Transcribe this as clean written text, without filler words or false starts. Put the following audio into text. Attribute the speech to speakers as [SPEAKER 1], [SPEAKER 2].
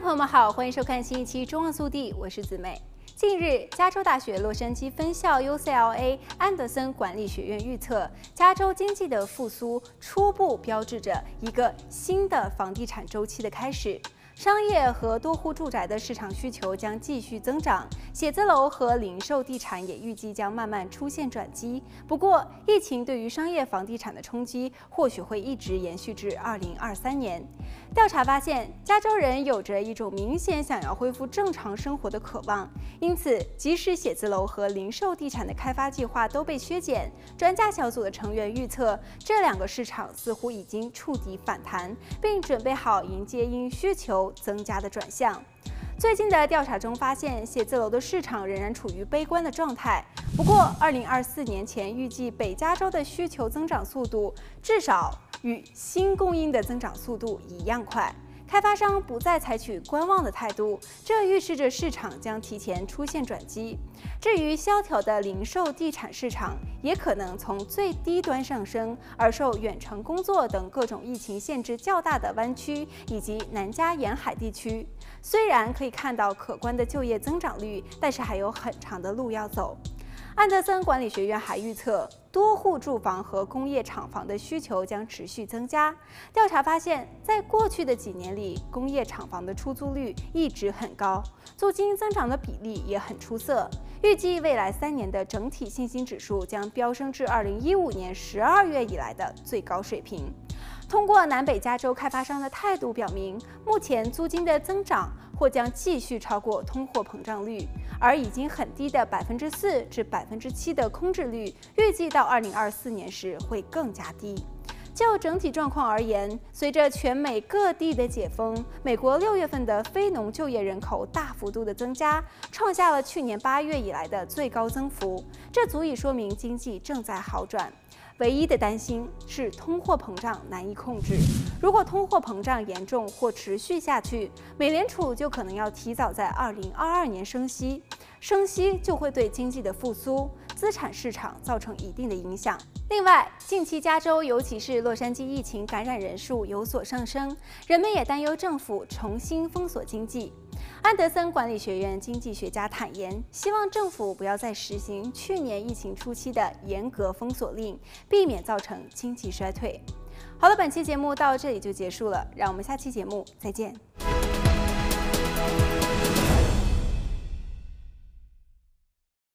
[SPEAKER 1] 朋友们好，欢迎收看新一期《中望速递》，我是子美。近日，加州大学洛杉矶分校 UCLA 安德森管理学院预测，加州经济的复苏初步标志着一个新的房地产周期的开始。商业和多户住宅的市场需求将继续增长，写字楼和零售地产也预计将慢慢出现转机。不过，疫情对于商业房地产的冲击或许会一直延续至2023年。调查发现，加州人有着一种明显想要恢复正常生活的渴望，因此，即使写字楼和零售地产的开发计划都被削减，专家小组的成员预测，这两个市场似乎已经触底反弹，并准备好迎接因需求增加的转向。最近的调查中发现，写字楼的市场仍然处于悲观的状态。不过，2024年前预计北加州的需求增长速度至少与新供应的增长速度一样快。开发商不再采取观望的态度，这预示着市场将提前出现转机。至于萧条的零售地产市场，也可能从最低端上升，而受远程工作等各种疫情限制较大的湾区以及南加沿海地区，虽然可以看到可观的就业增长率，但是还有很长的路要走。安德森管理学院还预测，多户住房和工业厂房的需求将持续增加。调查发现，在过去的几年里，工业厂房的出租率一直很高，租金增长的比例也很出色。预计未来3年的整体信心指数将飙升至2015年12月以来的最高水平。通过南北加州开发商的态度表明，目前租金的增长或将继续超过通货膨胀率，而已经很低的4%至7%的空置率，预计到2024年时会更加低。就整体状况而言，随着全美各地的解封，美国6月份的非农就业人口大幅度的增加，创下了去年8月以来的最高增幅，这足以说明经济正在好转。唯一的担心是通货膨胀难以控制。如果通货膨胀严重或持续下去，美联储就可能要提早在2022年升息，升息就会对经济的复苏、资产市场造成一定的影响。另外，近期加州尤其是洛杉矶疫情感染人数有所上升，人们也担忧政府重新封锁经济。安德森管理学院经济学家坦言，希望政府不要再实行去年疫情初期的严格封锁令，避免造成经济衰退。好了，本期节目到这里就结束了，让我们下期节目再见。